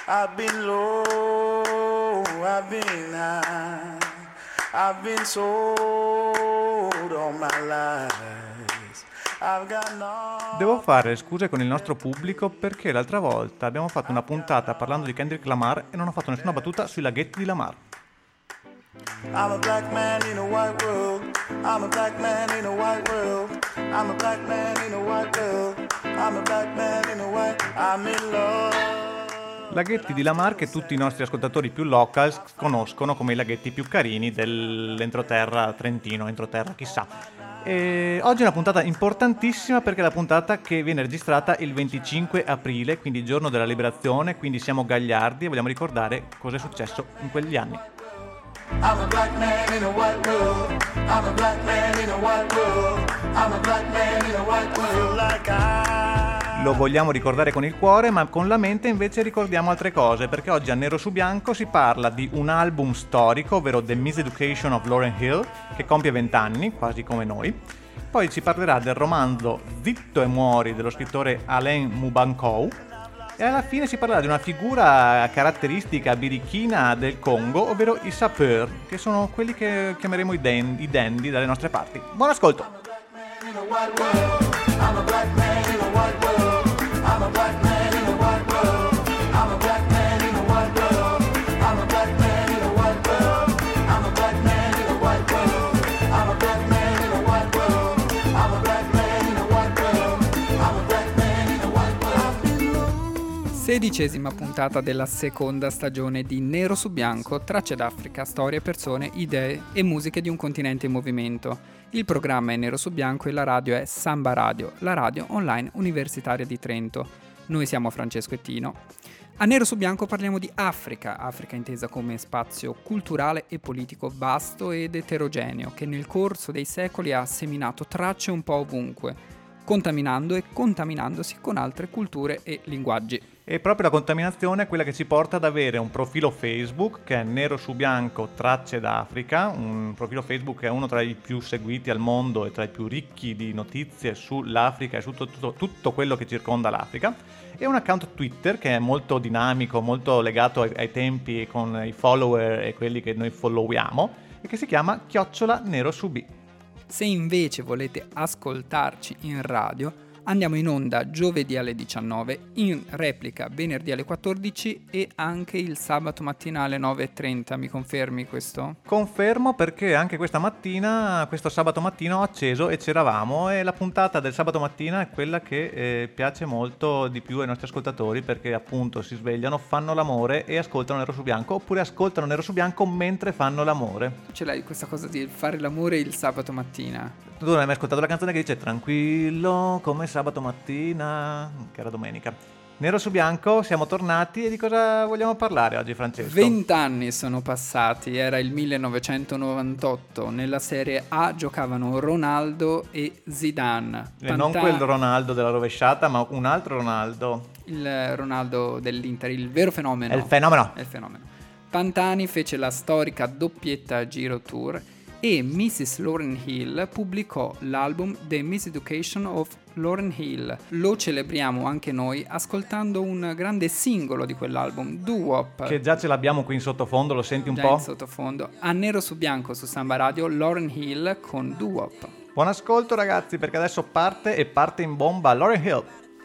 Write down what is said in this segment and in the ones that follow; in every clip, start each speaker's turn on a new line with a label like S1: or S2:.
S1: I've been low, I've been high, I've been sold all my life. I've got no...
S2: Devo fare scuse con il nostro pubblico perché l'altra volta abbiamo fatto una puntata parlando di Kendrick Lamar e non ho fatto nessuna battuta sui laghetti di Lamar.
S1: I'm a black man in a white world. I'm a black man in a white world. I'm a black man in a white world. I'm a black man in a white. I'm in love.
S2: Laghetti di Lamar che tutti i nostri ascoltatori più locals conoscono come i laghetti più carini dell'entroterra trentino, entroterra chissà. E oggi è una puntata importantissima perché è la puntata che viene registrata il 25 aprile, quindi il giorno della liberazione, quindi siamo gagliardi e vogliamo ricordare cosa è successo in quegli anni.
S1: I'm a black man in a white world. I'm a black man in a white world. I'm a black man in a white world. Like
S2: Lo vogliamo ricordare con il cuore, ma con la mente invece ricordiamo altre cose, perché oggi a Nero su Bianco si parla di un album storico, ovvero The Miseducation of Lauryn Hill, che compie 20 anni, quasi come noi. Poi si parlerà del romanzo Zitto e muori dello scrittore Alain Mubankou. E alla fine si parlerà di una figura caratteristica birichina del Congo, ovvero i sapeur, che sono quelli che chiameremo i dandy dalle nostre parti. Buon ascolto!
S3: Sedicesima puntata della seconda stagione di Nero su Bianco, tracce d'Africa, storie, persone, idee e musiche di un continente in movimento. Il programma è Nero su Bianco e la radio è Samba Radio, la radio online universitaria di Trento. Noi siamo Francesco e Tino. A Nero su Bianco parliamo di Africa, Africa intesa come spazio culturale e politico vasto ed eterogeneo, che nel corso dei secoli ha seminato tracce un po' ovunque, contaminando e contaminandosi con altre culture e linguaggi.
S2: E proprio la contaminazione è quella che ci porta ad avere un profilo Facebook che è Nero su Bianco tracce d'Africa, un profilo Facebook che è uno tra i più seguiti al mondo e tra i più ricchi di notizie sull'Africa e su tutto quello che circonda l'Africa, e un account Twitter che è molto dinamico, molto legato ai tempi con i follower e quelli che noi followiamo e che si chiama @NeroSuB.
S3: Se invece volete ascoltarci in radio, andiamo in onda giovedì alle 19, in replica venerdì alle 14 e anche il sabato mattina alle 9:30. Mi confermi questo?
S2: Confermo, perché anche questa mattina, questo sabato mattina ho acceso e c'eravamo, e la puntata del sabato mattina è quella che piace molto di più ai nostri ascoltatori, perché appunto si svegliano, fanno l'amore e ascoltano Nero su Bianco, oppure ascoltano Nero su Bianco mentre fanno l'amore.
S3: Ce l'hai questa cosa di fare l'amore il sabato mattina?
S2: Tu non hai mai ascoltato la canzone che dice tranquillo come sabato mattina, che era domenica. Nero su Bianco, siamo tornati, e di cosa vogliamo parlare oggi, Francesco?
S3: 20 anni sono passati, era il 1998, nella Serie A giocavano Ronaldo e Zidane.
S2: E non quel Ronaldo della rovesciata, ma un altro Ronaldo.
S3: Il Ronaldo dell'Inter, il vero fenomeno.
S2: È il fenomeno.
S3: È il fenomeno. Pantani fece la storica doppietta Giro Tour e Mrs. Lauryn Hill pubblicò l'album The Miseducation of Lauryn Hill. Lo celebriamo anche noi ascoltando un grande singolo di quell'album, Doo Wop.
S2: Che già ce l'abbiamo qui in sottofondo, lo senti un
S3: già
S2: po'?
S3: In sottofondo. A Nero su Bianco su Samba Radio, Lauryn Hill con Doo Wop.
S2: Buon ascolto ragazzi, perché adesso parte in bomba Lauryn Hill.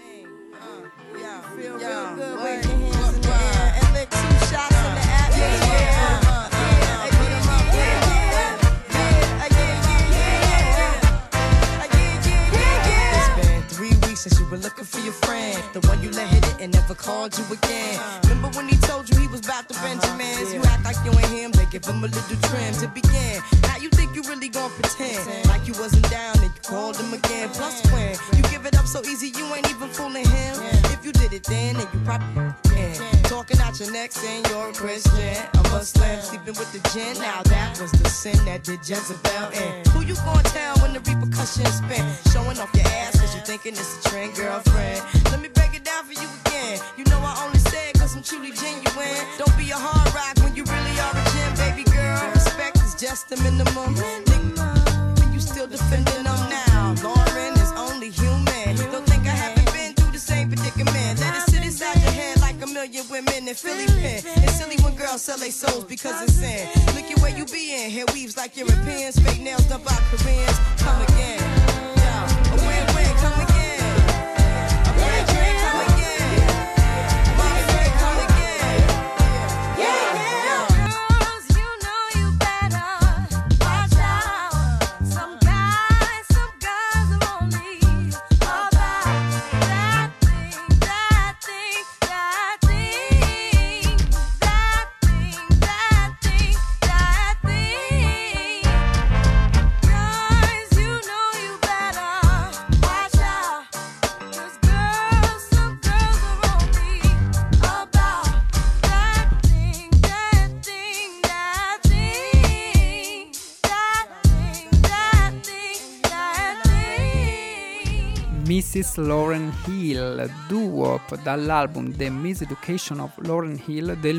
S4: Since you were looking for your friend, the one you let hit it and never called you again. Remember when he told you he was about to Benjamins? You act like you ain't him, they give him a little trim to begin. Now you think you really gon' pretend like you wasn't down and you called him again. Plus when you give it up so easy, you ain't even fooling him. If you did it then you probably can. Talking out your neck saying you're a Christian, a Muslim, sleeping with the gin. Now that was the sin that did Jezebel in. Who you gonna tell when the repercussions spin? Showing off your ass cause you thinking it's a trend, girlfriend. Let me break it down for you again. You know I only say it cause I'm truly genuine. Don't be a hard rock when you really are a gem, baby girl. Respect is just the minimum. Nigga, you still defending them now. Lauren is only human. Don't think I haven't been through the same predicament. Let it sit inside your head like a million. million women in Philly pen. It's silly when girls sell their souls because it's sin. Look at where you be in. Hair weaves like Europeans. Fake nails done by Koreans. Come again. Yeah. A win-win. Come again. A win-win. Come again. My friend, come again. Yeah.
S5: Girls, you know you better watch out. Some guys, some girls are only about that thing, that thing, that thing, that thing, that thing, that thing. Guys, you know you better watch out. 'Cause girls, some girls are only about that thing, that thing, that thing, that thing, that thing.
S3: Mrs. Lauryn Hill, doo-wop dall'album The Miseducation of Lauryn Hill del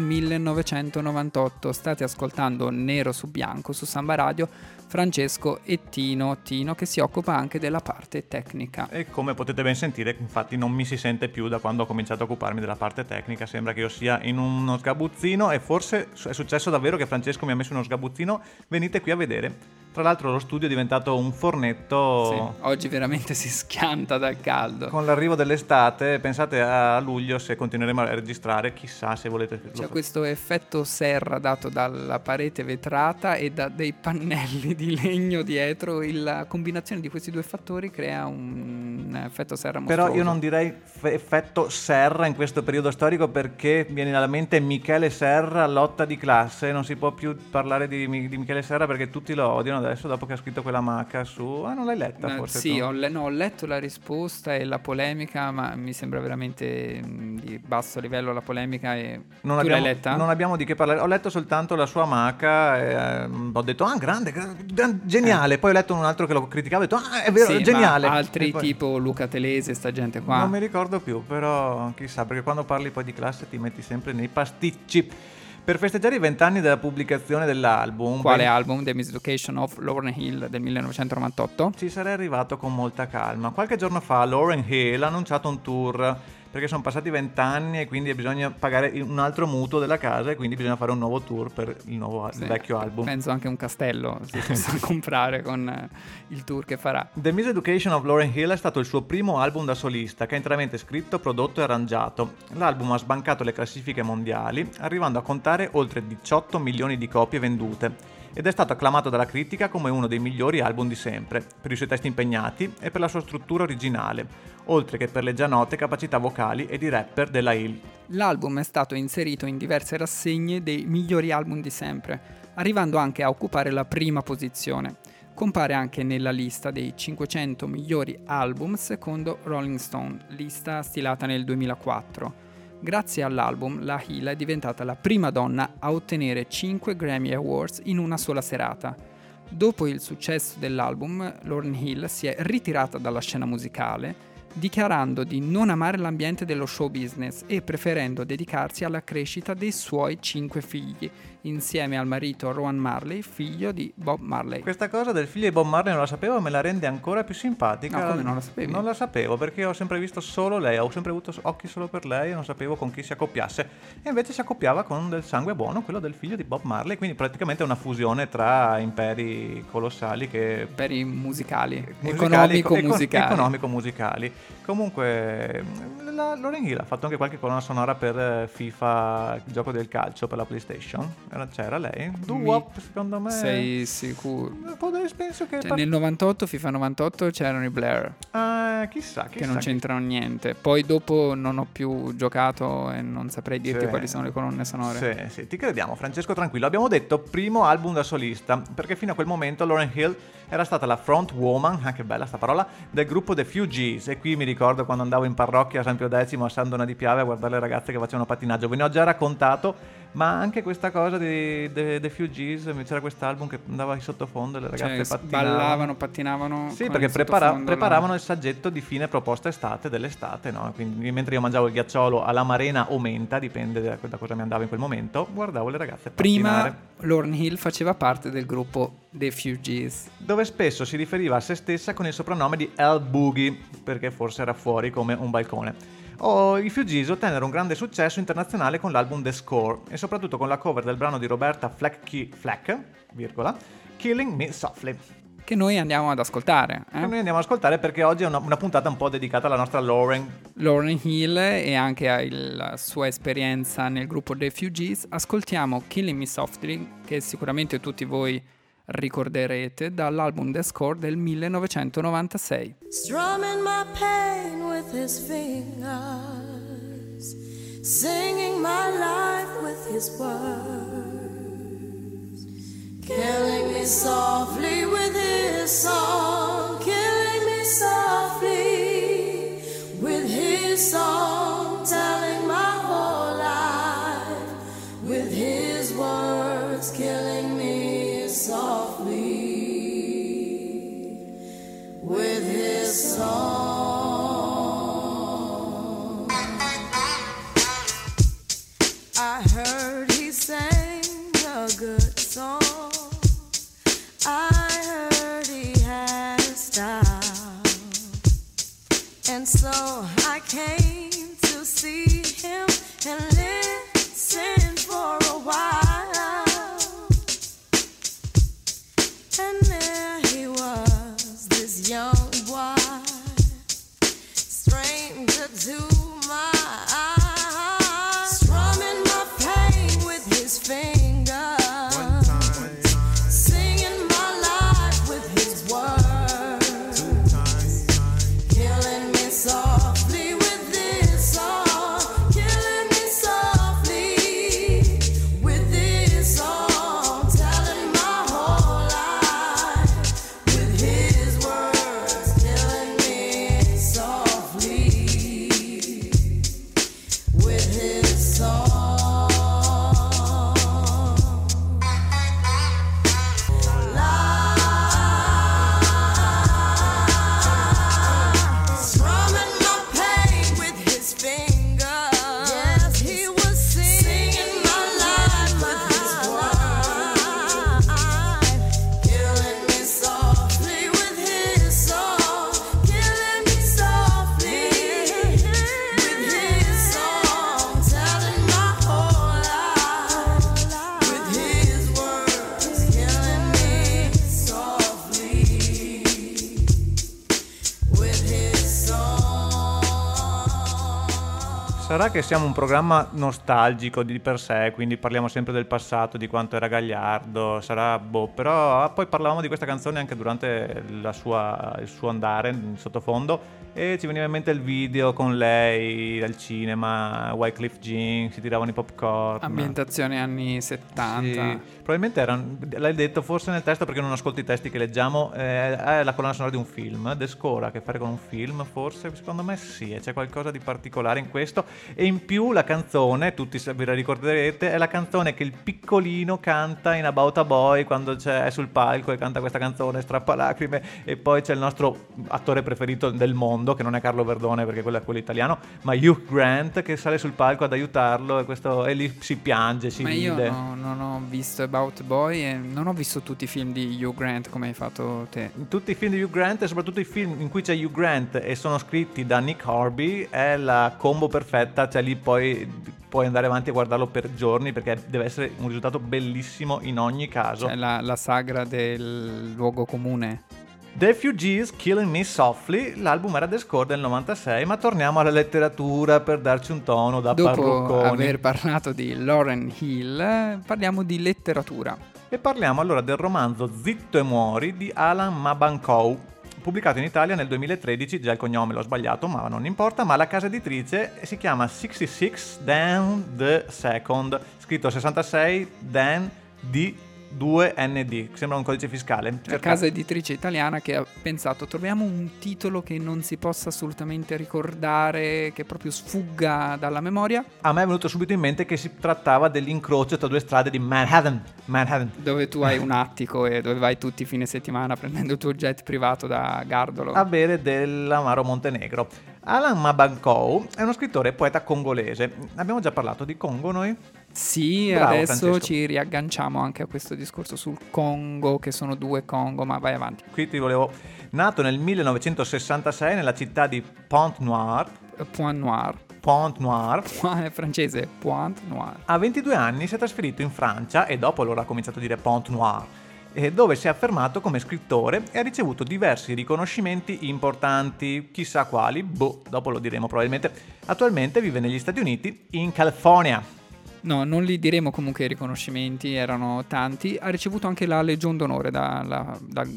S3: 1998. State ascoltando Nero su Bianco su Samba Radio, Francesco e Tino che si occupa anche della parte tecnica.
S2: E come potete ben sentire, infatti non mi si sente più da quando ho cominciato a occuparmi della parte tecnica. Sembra che io sia in uno sgabuzzino e forse è successo davvero che Francesco mi ha messo uno sgabuzzino. Venite qui a vedere. Tra l'altro lo studio è diventato un fornetto.
S3: Sì, oggi veramente si schianta dal caldo.
S2: Con l'arrivo dell'estate, pensate a luglio se continueremo a registrare, chissà se volete.
S3: C'è questo effetto serra dato dalla parete vetrata e da dei pannelli di legno dietro. La combinazione di questi due fattori crea un effetto serra mostruoso.
S2: Però io non direi effetto serra in questo periodo storico, perché viene alla mente Michele Serra, lotta di classe. Non si può più parlare di Michele Serra perché tutti lo odiano adesso, dopo che ha scritto quella macca su... non l'hai letta forse?
S3: Sì,
S2: tu?
S3: ho letto la risposta e la polemica, ma mi sembra veramente di basso livello la polemica. E l'hai letta?
S2: Non abbiamo di che parlare. Ho letto soltanto la sua macca e ho detto grande, geniale. Poi ho letto un altro che lo criticava e ho detto è vero,
S3: sì,
S2: è geniale.
S3: Ma altri
S2: poi...
S3: tipo Luca Telese, sta gente qua.
S2: Non mi ricordo più, però chissà, perché quando parli poi di classe ti metti sempre nei pasticci. Per festeggiare i 20 anni della pubblicazione dell'album...
S3: Quale album? The Miseducation of Lauryn Hill del 1998?
S2: Ci sarei arrivato con molta calma. Qualche giorno fa Lauryn Hill ha annunciato un tour, perché sono passati 20 anni e quindi bisogna pagare un altro mutuo della casa e quindi bisogna fare un nuovo tour per il vecchio album.
S3: Penso anche un castello si possa comprare con il tour che farà.
S2: The Miseducation of Lauryn Hill è stato il suo primo album da solista, che ha interamente scritto, prodotto e arrangiato. L'album ha sbancato le classifiche mondiali, arrivando a contare oltre 18 milioni di copie vendute. Ed è stato acclamato dalla critica come uno dei migliori album di sempre, per i suoi testi impegnati e per la sua struttura originale, oltre che per le già note capacità vocali e di rapper della Hill.
S3: L'album è stato inserito in diverse rassegne dei migliori album di sempre, arrivando anche a occupare la prima posizione. Compare anche nella lista dei 500 migliori album secondo Rolling Stone, lista stilata nel 2004. Grazie all'album, la Hill è diventata la prima donna a ottenere 5 Grammy Awards in una sola serata. Dopo il successo dell'album, Lauryn Hill si è ritirata dalla scena musicale, dichiarando di non amare l'ambiente dello show business e preferendo dedicarsi alla crescita dei suoi 5 figli, insieme al marito Rowan Marley, figlio di Bob Marley.
S2: Questa cosa del figlio di Bob Marley non la sapevo, me la rende ancora più simpatica.
S3: No, come non la sapevi?
S2: Non la sapevo, perché ho sempre visto solo lei, ho sempre avuto occhi solo per lei e non sapevo con chi si accoppiasse. E invece si accoppiava con del sangue buono, quello del figlio di Bob Marley, quindi praticamente è una fusione tra imperi colossali che...
S3: Imperi musicali.
S2: Economico-musicali. Comunque, Lauryn Hill ha fatto anche qualche colonna sonora per FIFA, il gioco del calcio per la PlayStation. C'era lei? Doo-wop, secondo me.
S3: Sei sicuro?
S2: Penso che...
S3: nel 98, FIFA 98, c'erano i Blair.
S2: Chissà.
S3: Che non c'entrano niente. Poi dopo non ho più giocato e non saprei dirti quali sono le colonne sonore.
S2: Sì, ti crediamo, Francesco, tranquillo. Abbiamo detto primo album da solista, perché fino a quel momento Lauryn Hill era stata la front woman, che bella sta parola, del gruppo The Fugees. E qui mi ricordo quando andavo in parrocchia a San Pio X a San Dona di Piave a guardare le ragazze che facevano pattinaggio. Ve ne ho già raccontato, ma anche questa cosa di The Fugees, c'era quest'album che andava in sottofondo e le ragazze pattinavano.
S3: Ballavano, pattinavano.
S2: Sì, perché preparavano il saggetto di fine proposta estate dell'estate, no? Quindi mentre io mangiavo il ghiacciolo alla Marena o menta, dipende da cosa mi andava in quel momento, guardavo le ragazze pattinare.
S3: Prima Lauryn Hill faceva parte del gruppo The Fugees,
S2: dove spesso si riferiva a se stessa con il soprannome di Elle Boogie, perché forse era fuori come un balcone. I Fugees ottennero un grande successo internazionale con l'album The Score e soprattutto con la cover del brano di Roberta Fleck, virgola, Killing Me Softly.
S3: Che noi andiamo ad ascoltare.
S2: Che noi andiamo ad ascoltare perché oggi è una puntata un po' dedicata alla nostra Lauryn
S3: Hill e anche alla sua esperienza nel gruppo The Fugees. Ascoltiamo Killing Me Softly, che sicuramente tutti voi ricorderete, dall'album The Score del 1996.
S5: Strumming my pain with his fingers, singing my life with his words, killing me softly with his song, killing me softly with his song, telling my whole life with his words, killing me softly with his song. I heard he sang a good song. I heard he had a style. And so I came to see him and listen for a while. And there he was, this young boy, stranger to my eyes, strumming my pain with his fingers, singing my life with his words, killing me softly with this song, killing me softly with this song, telling my whole life with his words, killing me softly with his song. Strumming my pain with his fingers. Yes, he was singing my life with his words, killing me softly with his song, killing me softly with his song, telling my whole life with his words, killing me softly with his song.
S2: Sarà che siamo un programma nostalgico di per sé, quindi parliamo sempre del passato, di quanto era gagliardo, sarà però poi parlavamo di questa canzone anche durante il suo andare in sottofondo e ci veniva in mente il video con lei al cinema, Wycliffe Jean, si tiravano i popcorn.
S3: Ambientazione anni 70.
S2: Sì, probabilmente l'hai detto forse nel testo perché non ascolto i testi che leggiamo, è la colonna sonora di un film, The Score, ha a che fare con un film forse, secondo me sì, c'è qualcosa di particolare in questo e in più la canzone, tutti vi la ricorderete, è la canzone che il piccolino canta in About a Boy quando è sul palco e canta questa canzone strappalacrime e poi c'è il nostro attore preferito del mondo che non è Carlo Verdone perché quello è quello italiano ma Hugh Grant che sale sul palco ad aiutarlo e lì si piange, si ride.
S3: Io non ho visto About Boy e non ho visto tutti i film di Hugh Grant come hai fatto te.
S2: Tutti i film di Hugh Grant e soprattutto i film in cui c'è Hugh Grant e sono scritti da Nick Horby è la combo perfetta, cioè lì poi puoi andare avanti a guardarlo per giorni perché deve essere un risultato bellissimo in ogni caso.
S3: Cioè la sagra del luogo comune.
S2: The Fugees, Killing Me Softly, l'album era The Score del 96, ma torniamo alla letteratura per darci un tono da
S3: Dopo
S2: parrucconi.
S3: aver parlato di Lauryn Hill, parliamo di letteratura.
S2: E parliamo allora del romanzo Zitto e muori di Alan Mabankou, pubblicato in Italia nel 2013, già il cognome l'ho sbagliato ma non importa, ma la casa editrice si chiama 66 Dan the Second, scritto 66 Dan D 2ND, sembra un codice fiscale.
S3: La casa editrice italiana che ha pensato troviamo un titolo che non si possa assolutamente ricordare, che proprio sfugga dalla memoria.
S2: A me è venuto subito in mente che si trattava dell'incrocio tra due strade di Manhattan,
S3: dove tu hai un attico e dove vai tutti i fine settimana prendendo il tuo jet privato da Gardolo
S2: a bere dell'amaro Montenegro. Alan Mabankou è uno scrittore e poeta congolese. Abbiamo già parlato di Congo noi?
S3: Sì,
S2: bravo,
S3: adesso
S2: Francesco.
S3: ci riagganciamo anche a questo discorso sul Congo, che sono due Congo, ma vai avanti.
S2: Qui ti volevo... Nato nel 1966 nella città di Pointe-Noire,
S3: Point Noir.
S2: Point Noir.
S3: È francese, Point Noir.
S2: A 22 anni si è trasferito in Francia e dopo allora ha cominciato a dire Point Noir, dove si è affermato come scrittore e ha ricevuto diversi riconoscimenti importanti, chissà quali, dopo lo diremo probabilmente. Attualmente vive negli Stati Uniti, in California.
S3: No, non li diremo comunque i riconoscimenti, erano tanti. Ha ricevuto anche la Legion d'Onore dalla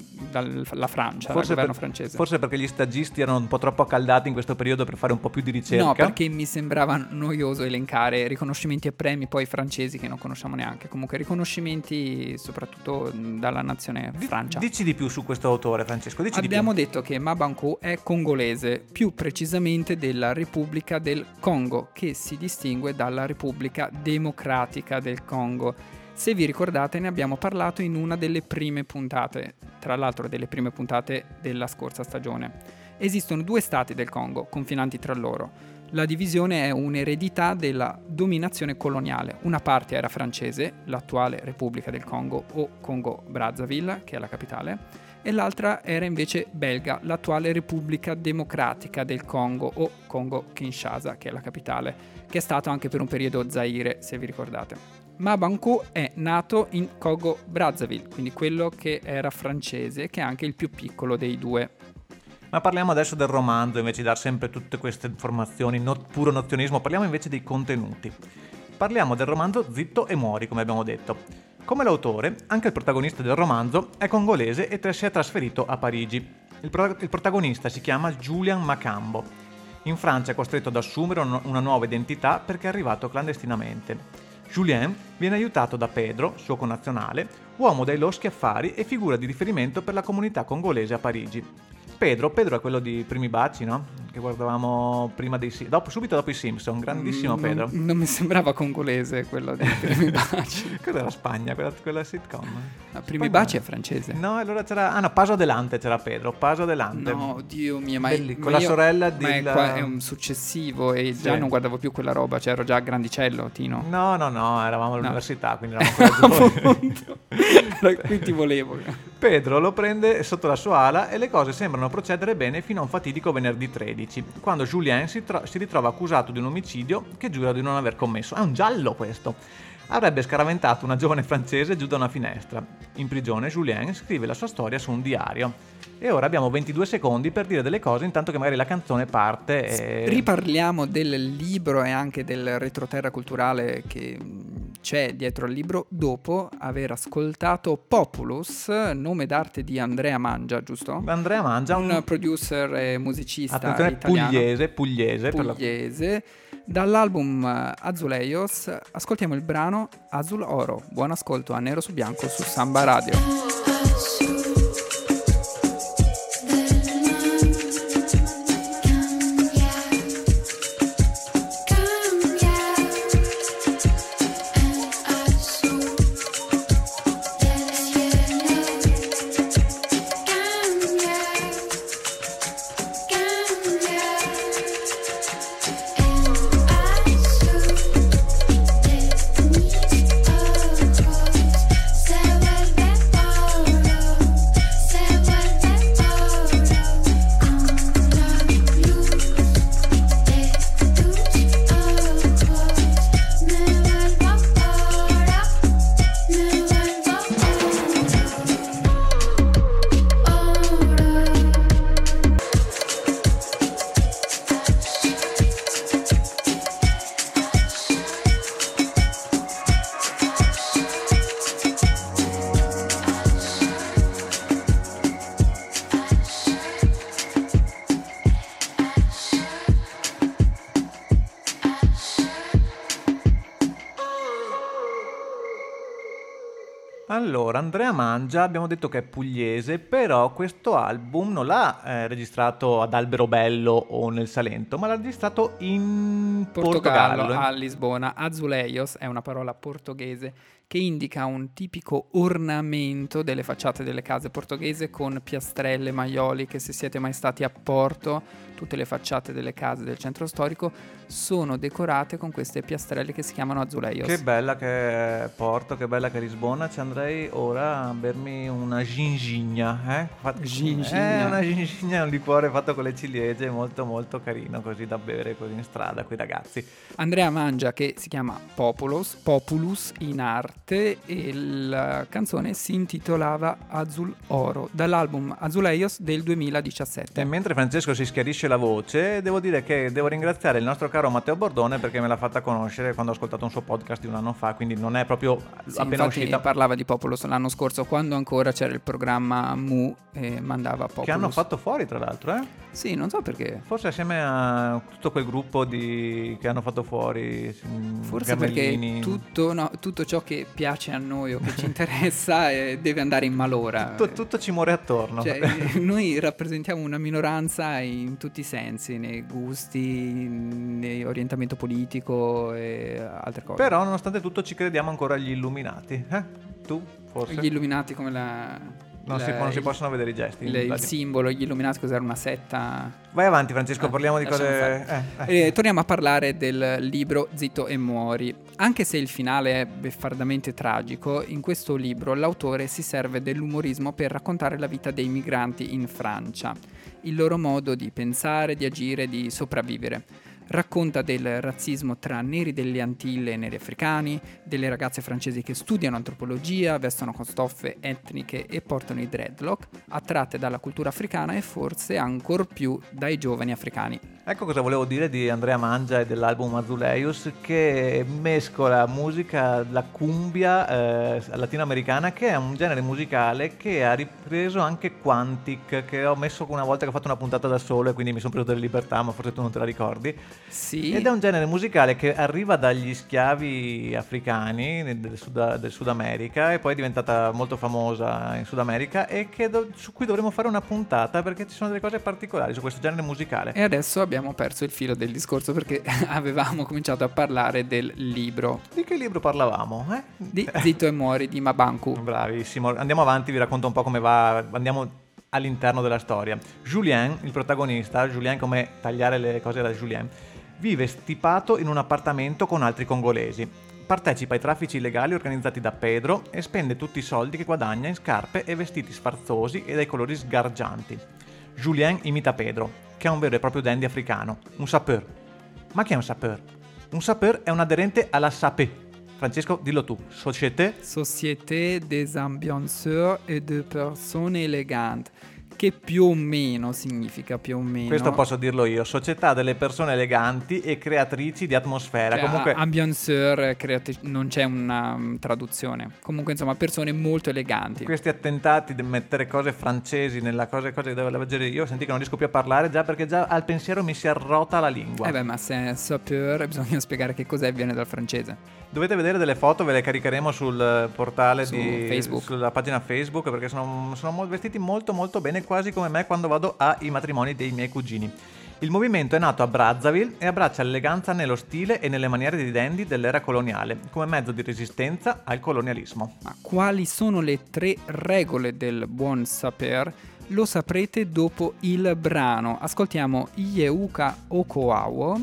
S3: Francia, dal governo francese.
S2: Forse perché gli stagisti erano un po' troppo accaldati in questo periodo per fare un po' più di ricerca.
S3: No, perché mi sembrava noioso elencare riconoscimenti e premi poi francesi che non conosciamo neanche. Comunque riconoscimenti soprattutto dalla nazione Francia.
S2: Dici di più su questo autore, Francesco,
S3: Abbiamo detto che Mabankou è congolese, più precisamente della Repubblica del Congo, che si distingue dalla Repubblica Democratica del Congo. Se vi ricordate, ne abbiamo parlato in una delle prime puntate, tra l'altro delle prime puntate della scorsa stagione. Esistono 2 stati del Congo, confinanti tra loro. La divisione è un'eredità della dominazione coloniale. Una parte era francese, l'attuale Repubblica del Congo o Congo-Brazzaville, che è la capitale, e l'altra era invece belga, l'attuale Repubblica Democratica del Congo o Congo-Kinshasa, che è la capitale, che è stato anche per un periodo Zaire, se vi ricordate. Mabankou è nato in Congo-Brazzaville, quindi quello che era francese, che è anche il più piccolo dei 2.
S2: Ma parliamo adesso del romanzo, invece di dare sempre tutte queste informazioni, puro nozionismo, parliamo invece dei contenuti. Parliamo del romanzo Zitto e muori, come abbiamo detto. Come l'autore, anche il protagonista del romanzo è congolese e si è trasferito a Parigi. Il protagonista si chiama Julian Makambo. In Francia è costretto ad assumere una nuova identità perché è arrivato clandestinamente. Julien viene aiutato da Pedro, suo connazionale, uomo dai loschi affari e figura di riferimento per la comunità congolese a Parigi. Pedro è quello di Primi Baci, no? Che guardavamo prima subito dopo i Simpson, grandissimo Pedro.
S3: Non mi sembrava congolese quello di Primi Baci.
S2: Cos'era Spagna, quella sitcom?
S3: Primi Baci è francese.
S2: No, allora c'era Paso Adelante, c'era Pedro, Paso Adelante.
S3: No, Dio mio,
S2: con la sorella di...
S3: Ma è un successivo e
S2: sì.
S3: Già non guardavo più quella roba, cioè ero già grandicello, Tino.
S2: No, eravamo all'università, quindi eravamo
S3: ancora qui ti volevo.
S2: Pedro lo prende sotto la sua ala e le cose sembrano procedere bene fino a un fatidico venerdì 13, quando Julien si ritrova accusato di un omicidio che giura di non aver commesso. È un giallo questo! Avrebbe scaraventato una giovane francese giù da una finestra. In prigione Julien scrive la sua storia su un diario. E ora abbiamo 22 secondi per dire delle cose intanto che magari la canzone parte e...
S3: Riparliamo del libro e anche del retroterra culturale che c'è dietro al libro dopo aver ascoltato Populus, nome d'arte di Andrea Mangia, giusto?
S2: Andrea Mangia,
S3: un producer e musicista
S2: italiano.
S3: Pugliese. Dall'album Azuleios ascoltiamo il brano Azul Oro. Buon ascolto a Nero su Bianco su Samba Radio.
S2: Allora, Andrea Mangia, abbiamo detto che è pugliese, però questo album non l'ha registrato ad Alberobello o nel Salento, ma l'ha registrato in Portogallo.
S3: A Lisbona. Azuleios è una parola portoghese che indica un tipico ornamento delle facciate delle case portoghese con piastrelle, maioli, che se siete mai stati a Porto, tutte le facciate delle case del centro storico sono decorate con queste piastrelle che si chiamano azuleios.
S2: Che bella che è Porto, che bella che è Lisbona. Ci andrei ora a bermi una gingigna.
S3: Gingigna.
S2: Una gingigna è un liquore fatto con le ciliegie, molto molto carino, così da bere così in strada con i ragazzi.
S3: Andrea mangia, che si chiama Populus in arte, e la canzone si intitolava Azul Oro, dall'album Azuleios del 2017.
S2: E mentre Francesco si schiarisce la voce, devo dire che devo ringraziare il nostro caro Matteo Bordone perché me l'ha fatta conoscere quando ho ascoltato un suo podcast di un anno fa, quindi non è proprio
S3: Sì,
S2: appena
S3: infatti
S2: uscita.
S3: parlava di Populus l'anno scorso, quando ancora c'era il programma Mu e mandava Populus.
S2: Che hanno fatto fuori, tra l'altro, eh?
S3: Sì, non so perché.
S2: Forse assieme a tutto quel gruppo che hanno fatto fuori.
S3: Forse
S2: Gamellini.
S3: perché tutto ciò che piace a noi o che ci interessa deve andare in malora.
S2: Tutto ci muore attorno.
S3: Cioè, noi rappresentiamo una minoranza in tutti i sensi, nei gusti, nell'orientamento politico e altre cose.
S2: Però nonostante tutto ci crediamo ancora agli illuminati. Tu forse?
S3: Gli illuminati come la...
S2: Non si possono vedere i gesti.
S3: il simbolo, gli illuminati cos'era, una setta?
S2: Vai avanti Francesco, parliamo di
S3: lasciamo
S2: cose...
S3: Torniamo a parlare del libro Zitto e muori. Anche se il finale è beffardamente tragico, in questo libro l'autore si serve dell'umorismo per raccontare la vita dei migranti in Francia, il loro modo di pensare, di agire, di sopravvivere. Racconta del razzismo tra neri delle Antille e neri africani, delle ragazze francesi che studiano antropologia, vestono con stoffe etniche e portano i dreadlock, attratte dalla cultura africana e forse ancor più dai giovani africani.
S2: Ecco cosa volevo dire di Andrea Mangia e dell'album Azuleios, che mescola musica, la cumbia latinoamericana, che è un genere musicale che ha ripreso anche Quantic, che ho messo una volta che ho fatto una puntata da solo e quindi mi sono preso delle libertà, ma forse tu non te la ricordi.
S3: Sì.
S2: Ed è un genere musicale che arriva dagli schiavi africani del Sud America e poi è diventata molto famosa in Sud America e su cui dovremo fare una puntata perché ci sono delle cose particolari su questo genere musicale.
S3: E adesso abbiamo perso il filo del discorso perché avevamo cominciato a parlare del libro.
S2: Di che libro parlavamo?
S3: Di Zitto e muori di Mabanku.
S2: Bravissimo, andiamo avanti, vi racconto un po' come va, andiamo all'interno della storia. Julien, il protagonista, Julien come tagliare le cose da Julien, vive stipato in un appartamento con altri congolesi. Partecipa ai traffici illegali organizzati da Pedro e spende tutti i soldi che guadagna in scarpe e vestiti sfarzosi e dai colori sgargianti. Julien imita Pedro, che è un vero e proprio dandy africano, un sapeur. Ma chi è un sapeur? Un sapeur è un aderente alla SAPE. Francesco, dillo tu.
S3: Société des ambianceurs et de personnes élégantes, che più o meno significa più o meno.
S2: Questo posso dirlo io. Società delle persone eleganti e creatrici di atmosfera.
S3: Cioè,
S2: Comunque
S3: ambianceur, non c'è una traduzione. Comunque, insomma, persone molto eleganti.
S2: questi attentati di mettere cose francesi nella cose che devo leggere io, senti che non riesco più a parlare già perché già al pensiero mi si arrota la lingua.
S3: Ma se è sapeur bisogna spiegare che cos'è, viene dal francese.
S2: Dovete vedere delle foto, ve le caricheremo sul portale
S3: Su
S2: di
S3: Facebook.
S2: sulla pagina Facebook, perché sono vestiti molto molto bene, quasi come me quando vado ai matrimoni dei miei cugini. Il movimento è nato a Brazzaville e abbraccia l'eleganza nello stile e nelle maniere di dandy dell'era coloniale, come mezzo di resistenza al colonialismo.
S3: Ma quali sono le 3 regole del buon sapeur? Lo saprete dopo il brano. Ascoltiamo Iyeuka Okoawo,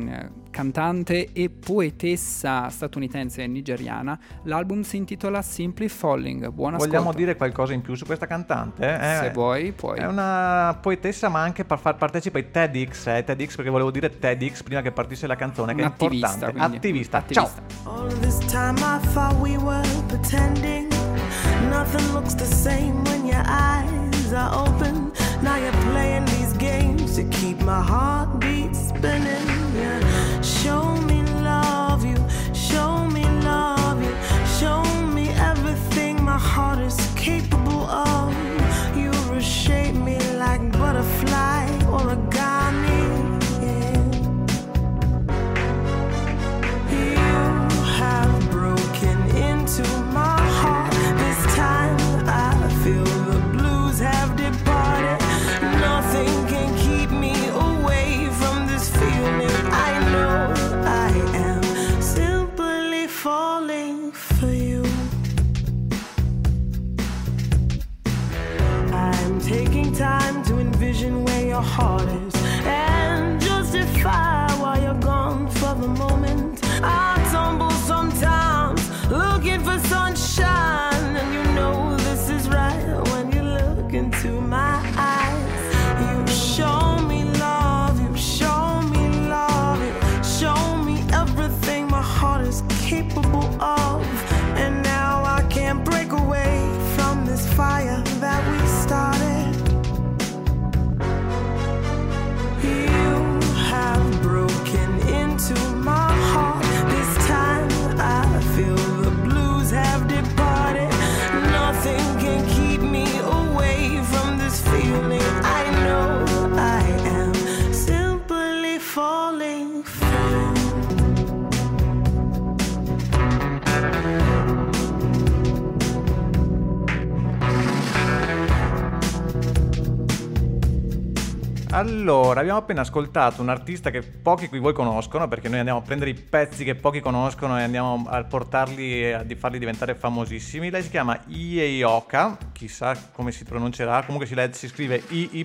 S3: cantante e poetessa statunitense e nigeriana. L'album si intitola Simply Falling. Buon ascolto.
S2: Vogliamo dire qualcosa in più su questa cantante?
S3: Se vuoi, puoi.
S2: È una poetessa, ma anche per far partecipe ai TEDx, perché volevo dire TEDx prima che partisse la canzone, che è importante.
S3: Quindi.
S2: Attivista.
S3: Attivista.
S2: Ciao.
S4: All this time I thought we were pretending. Nothing looks the same when your eyes are open. Now you're playing these games to keep my heartbeat spinning. Yeah. Show me love you, show me love you, show me everything my heart is capable of. You reshape me like butterfly origami. You have broken into my heart. This time I feel the blues have departed. Nothing can keep me away from this
S6: your heart is, and justify why you're gone for the moment. I tumble sometimes looking for sunshine, and you know this is right when you look into my eyes. You show me love, you show me love, you show me everything my heart is capable of, and now I can't break away from this fire that we started. You have broken into my heart. This time I feel the blues have departed. Nothing can keep me away from this feeling. I know I am simply falling for.
S2: Allora, abbiamo appena ascoltato un artista che pochi di voi conoscono, perché noi andiamo a prendere i pezzi che pochi conoscono e andiamo a portarli e a farli diventare famosissimi. Lei si chiama Ieoka, chissà come si pronuncerà, comunque si scrive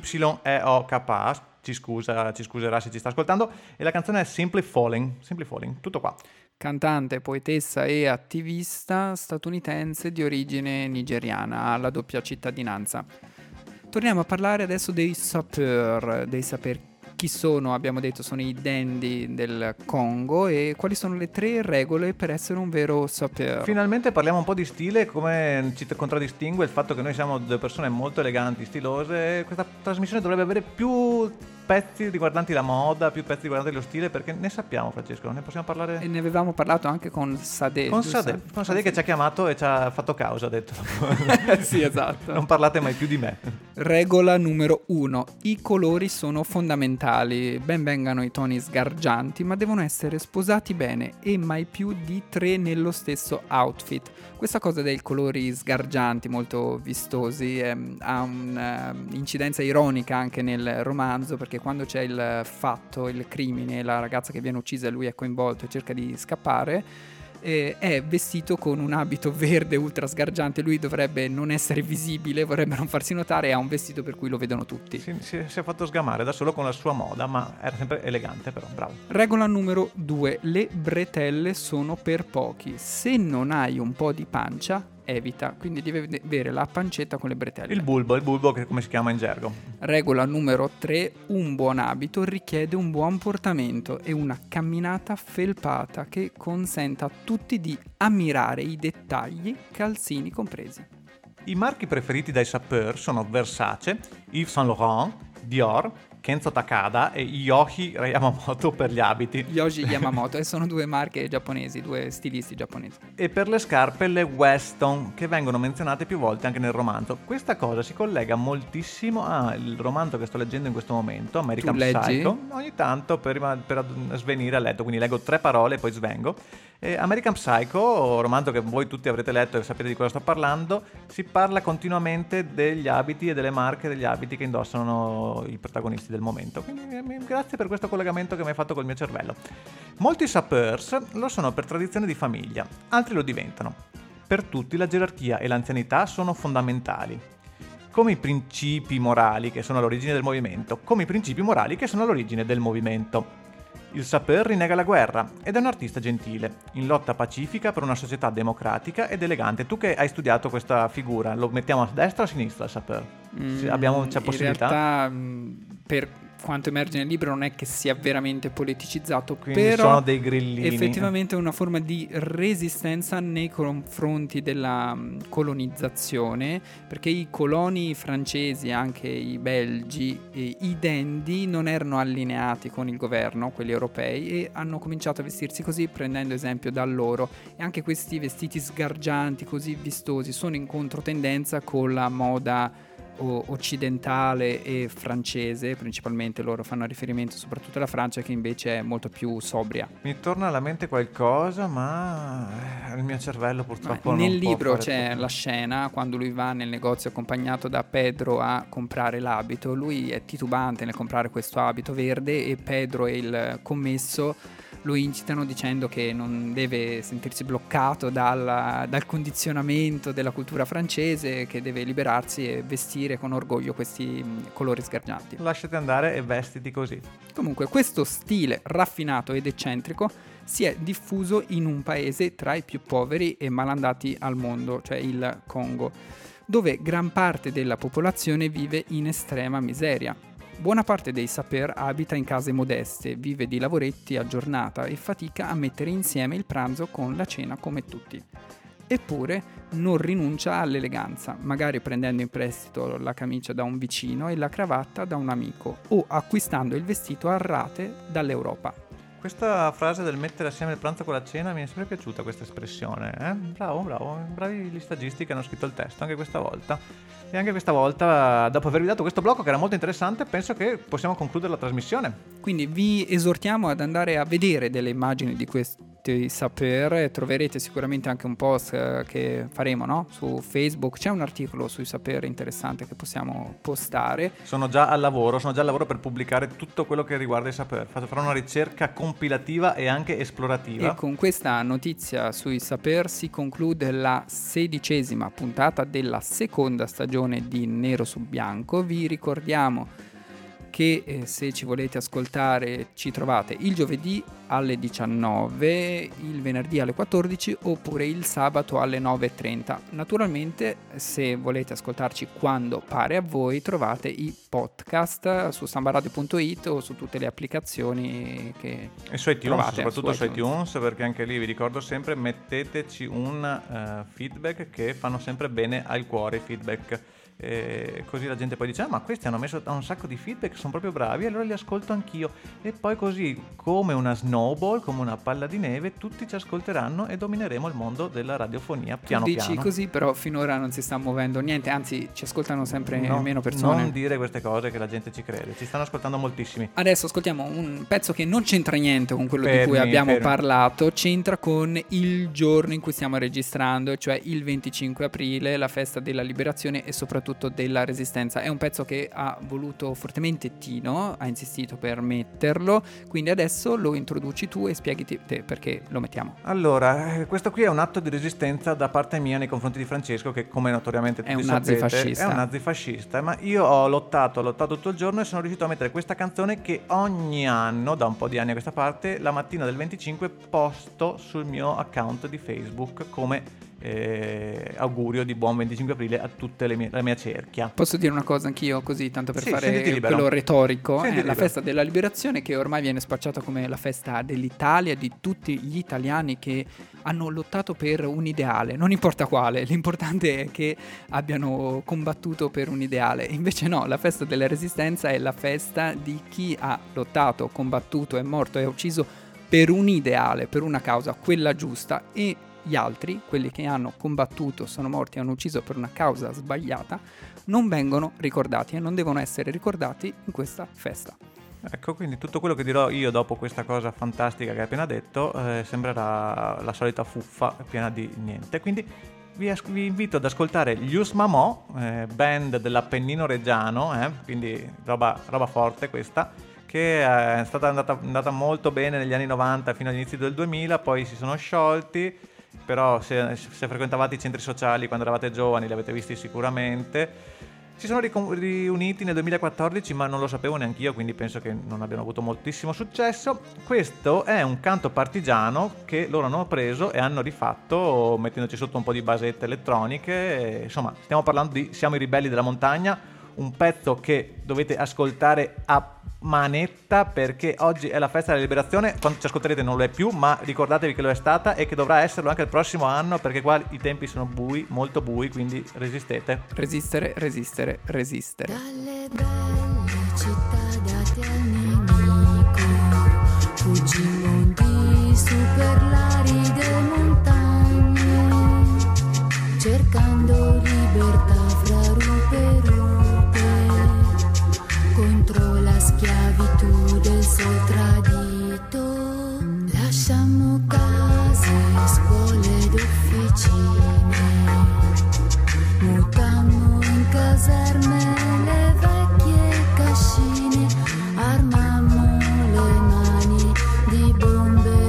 S2: Ieoka, ci scuserà se ci sta ascoltando, e la canzone è Simply Falling, tutto qua.
S3: Cantante, poetessa e attivista statunitense di origine nigeriana, ha la doppia cittadinanza. Torniamo a parlare adesso dei sapeur. Chi sono? Abbiamo detto sono i dandy del Congo, e quali sono le 3 regole per essere un vero sapeur.
S2: Finalmente parliamo un po' di stile, come ci contraddistingue il fatto che noi siamo 2 persone molto eleganti, stilose. Questa trasmissione dovrebbe avere più pezzi riguardanti la moda, più pezzi riguardanti lo stile, perché ne sappiamo, Francesco, ne possiamo parlare.
S3: E ne avevamo parlato anche con Sade.
S2: Con Sade che ci ha chiamato e ci ha fatto causa, ha detto.
S3: Sì, esatto.
S2: Non parlate mai più di me.
S3: Regola numero 1. I colori sono fondamentali. Ben vengano i toni sgargianti, ma devono essere sposati bene e mai più di 3 nello stesso outfit. Questa cosa dei colori sgargianti, molto vistosi, ha un'incidenza ironica anche nel romanzo, perché quando c'è il fatto, il crimine, la ragazza che viene uccisa e lui è coinvolto e cerca di scappare, è vestito con un abito verde ultra sgargiante. Lui dovrebbe non essere visibile, vorrebbe non farsi notare, e ha un vestito per cui lo vedono tutti.
S2: Si è fatto sgamare da solo con la sua moda, ma era sempre elegante, però bravo.
S3: Regola numero 2. Le bretelle sono per pochi. Se non hai un po' di pancia, evita, quindi devi avere la pancetta con le bretelle.
S2: Il bulbo che come si chiama in gergo.
S3: Regola numero 3. Un buon abito richiede un buon portamento e una camminata felpata che consenta a tutti di ammirare i dettagli, calzini compresi.
S2: I marchi preferiti dai sapeur sono Versace, Yves Saint Laurent, Dior, Kenzo Takada e Yohji Yamamoto per gli abiti.
S3: Yohji Yamamoto, e sono 2 marche giapponesi, 2 stilisti giapponesi.
S2: E per le scarpe le Weston, che vengono menzionate più volte anche nel romanzo. Questa cosa si collega moltissimo al romanzo che sto leggendo in questo momento, American Psycho. Ogni tanto per svenire a letto, quindi leggo 3 parole e poi svengo. American Psycho, romanzo che voi tutti avrete letto e sapete di cosa sto parlando, si parla continuamente degli abiti e delle marche degli abiti che indossano i protagonisti del momento. Quindi grazie per questo collegamento che mi hai fatto col mio cervello. Molti sapeurs lo sono per tradizione di famiglia, altri lo diventano. Per tutti la gerarchia e l'anzianità sono fondamentali, come i principi morali che sono all'origine del movimento, come i principi morali che sono all'origine del movimento. Il sapeur rinnega la guerra ed è un artista gentile, in lotta pacifica per una società democratica ed elegante. Tu che hai studiato questa figura, lo mettiamo a destra o a sinistra il sapeur? C'è possibilità?
S3: In realtà, per quanto emerge nel libro, non è che sia veramente politicizzato,
S2: quindi
S3: però
S2: sono dei grillini.
S3: Effettivamente è una forma di resistenza nei confronti della colonizzazione, perché i coloni francesi, anche i belgi, i dandy non erano allineati con il governo, quelli europei, e hanno cominciato a vestirsi così, prendendo esempio da loro. E anche questi vestiti sgargianti, così vistosi, sono in controtendenza con la moda occidentale e francese. Principalmente loro fanno riferimento soprattutto alla Francia, che invece è molto più sobria.
S2: Mi torna alla mente qualcosa, ma il mio cervello purtroppo non
S3: nel
S2: può
S3: libro
S2: fare
S3: c'è
S2: tutto.
S3: la scena quando lui va nel negozio accompagnato da Pedro a comprare l'abito. Lui è titubante nel comprare questo abito verde e Pedro e il commesso lo incitano dicendo che non deve sentirsi bloccato dal condizionamento della cultura francese, che deve liberarsi e vestire con orgoglio questi colori sgargianti.
S2: Lasciati andare e vestiti così.
S3: Comunque questo stile raffinato ed eccentrico si è diffuso in un paese tra i più poveri e malandati al mondo, cioè il Congo, dove gran parte della popolazione vive in estrema miseria. Buona parte dei saper abita in case modeste, vive di lavoretti a giornata e fatica a mettere insieme il pranzo con la cena come tutti. Eppure non rinuncia all'eleganza, magari prendendo in prestito la camicia da un vicino e la cravatta da un amico, o acquistando il vestito a rate dall'Europa.
S2: Questa frase del mettere assieme il pranzo con la cena mi è sempre piaciuta, questa espressione. Bravo, bravi gli stagisti che hanno scritto il testo anche questa volta. E anche questa volta, dopo avervi dato questo blocco che era molto interessante, penso che possiamo concludere la trasmissione.
S3: Quindi vi esortiamo ad andare a vedere delle immagini di questi saper. Troverete sicuramente anche un post che faremo, no? Su Facebook. C'è un articolo sui saper interessante che possiamo postare.
S2: Sono già al lavoro per pubblicare tutto quello che riguarda i saper. Farò una ricerca compilativa e anche esplorativa.
S3: E con questa notizia sui saper si conclude la 16ª puntata della seconda stagione di Nero su Bianco. Vi ricordiamo che se ci volete ascoltare ci trovate il giovedì alle 19, il venerdì alle 14 oppure il sabato alle 9:30. Naturalmente, se volete ascoltarci quando pare a voi, trovate i podcast su sambaradio.it o su tutte le applicazioni che
S2: e su iTunes,
S3: trovate,
S2: soprattutto su iTunes, perché anche lì vi ricordo sempre, metteteci un feedback, che fanno sempre bene al cuore i feedback. E così la gente poi dice: ma questi hanno messo un sacco di feedback, sono proprio bravi, allora li ascolto anch'io. E poi così, come una snowball, come una palla di neve, tutti ci ascolteranno e domineremo il mondo della radiofonia piano
S3: dici
S2: piano.
S3: Così, però finora non si sta muovendo niente, anzi ci ascoltano sempre meno persone.
S2: Non dire queste cose, che la gente ci crede, ci stanno ascoltando moltissimi.
S3: Adesso ascoltiamo un pezzo che non c'entra niente con quello di cui abbiamo parlato, c'entra con il giorno in cui stiamo registrando, cioè il 25 aprile, la festa della liberazione e soprattutto della resistenza. È un pezzo che ha voluto fortemente Tino, ha insistito per metterlo, quindi adesso lo introduci tu e spieghi te perché lo mettiamo.
S2: Allora, questo qui è un atto di resistenza da parte mia nei confronti di Francesco, che come notoriamente tutti sapete è un nazifascista, ma io ho lottato tutto il giorno e sono riuscito a mettere questa canzone che ogni anno, da un po' di anni a questa parte, la mattina del 25 posto sul mio account di Facebook come augurio di buon 25 aprile a tutte la mia cerchia.
S3: Posso dire una cosa anch'io, così, tanto per fare quello retorico? È la festa della liberazione, che ormai viene spacciata come la festa dell'Italia, di tutti gli italiani che hanno lottato per un ideale, non importa quale, l'importante è che abbiano combattuto per un ideale. Invece no, la festa della resistenza è la festa di chi ha lottato, combattuto, è morto e ucciso per un ideale, per una causa, quella giusta, e gli altri, quelli che hanno combattuto, sono morti, hanno ucciso per una causa sbagliata, non vengono ricordati e non devono essere ricordati in questa festa.
S2: Ecco, quindi tutto quello che dirò io dopo questa cosa fantastica che hai appena detto sembrerà la solita fuffa piena di niente. Quindi vi invito ad ascoltare gli Us Mamò, band dell'Appennino Reggiano, quindi roba forte questa, che è stata andata molto bene negli anni 90 fino agli inizi del 2000, poi si sono sciolti. Però se frequentavate i centri sociali quando eravate giovani li avete visti sicuramente. Si sono riuniti nel 2014, ma non lo sapevo neanche io, quindi penso che non abbiano avuto moltissimo successo. Questo è un canto partigiano che loro hanno preso e hanno rifatto mettendoci sotto un po' di basette elettroniche. Insomma, stiamo parlando di Siamo i ribelli della montagna, un pezzo che dovete ascoltare a manetta, perché oggi è la festa della liberazione. Quando ci ascolterete non lo è più, ma ricordatevi che lo è stata e che dovrà esserlo anche il prossimo anno, perché qua i tempi sono bui, molto bui, quindi resistete.
S3: Resistere.
S7: Dalle belle città date al nemico, fuggimmo di su per l'aride montagne, cercando libertà fra rupe e rupe, contro la schiavitù del sol tradito. Lasciamo case, scuole ed officine, mutammo in caserme le vecchie cascine, armammo le mani di bombe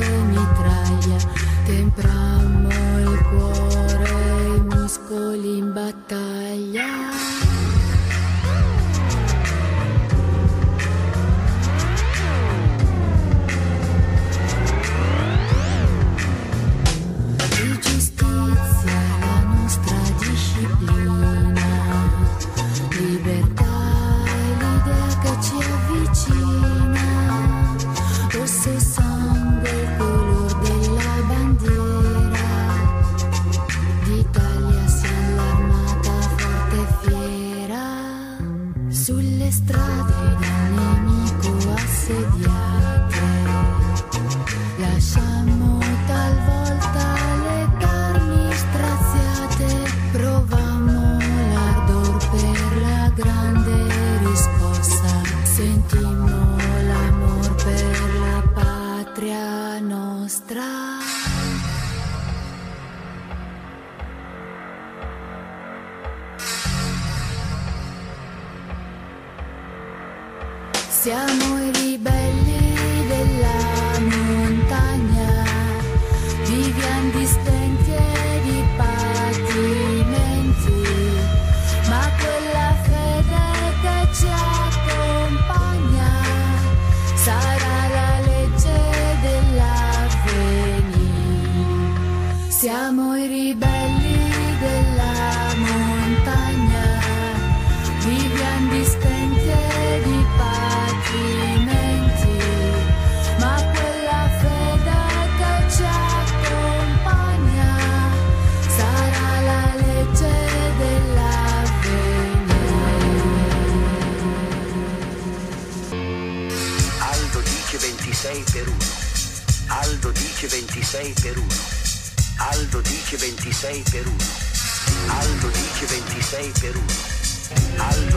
S7: Siamo i ribelli della montagna, viviamo di stenti e di patimenti, ma quella fede che ci accompagna sarà la legge dell'avvenire. Siamo i ribelli della montagna, viviamo di stenti e di patimenti, ma quella fede che ci accompagna sarà la legge dell'avvenire.
S8: Aldo dice 26 per 1. Aldo dice 26 per 1. Aldo dice 26 per 1. Aldo dice 26 per 1. Aldo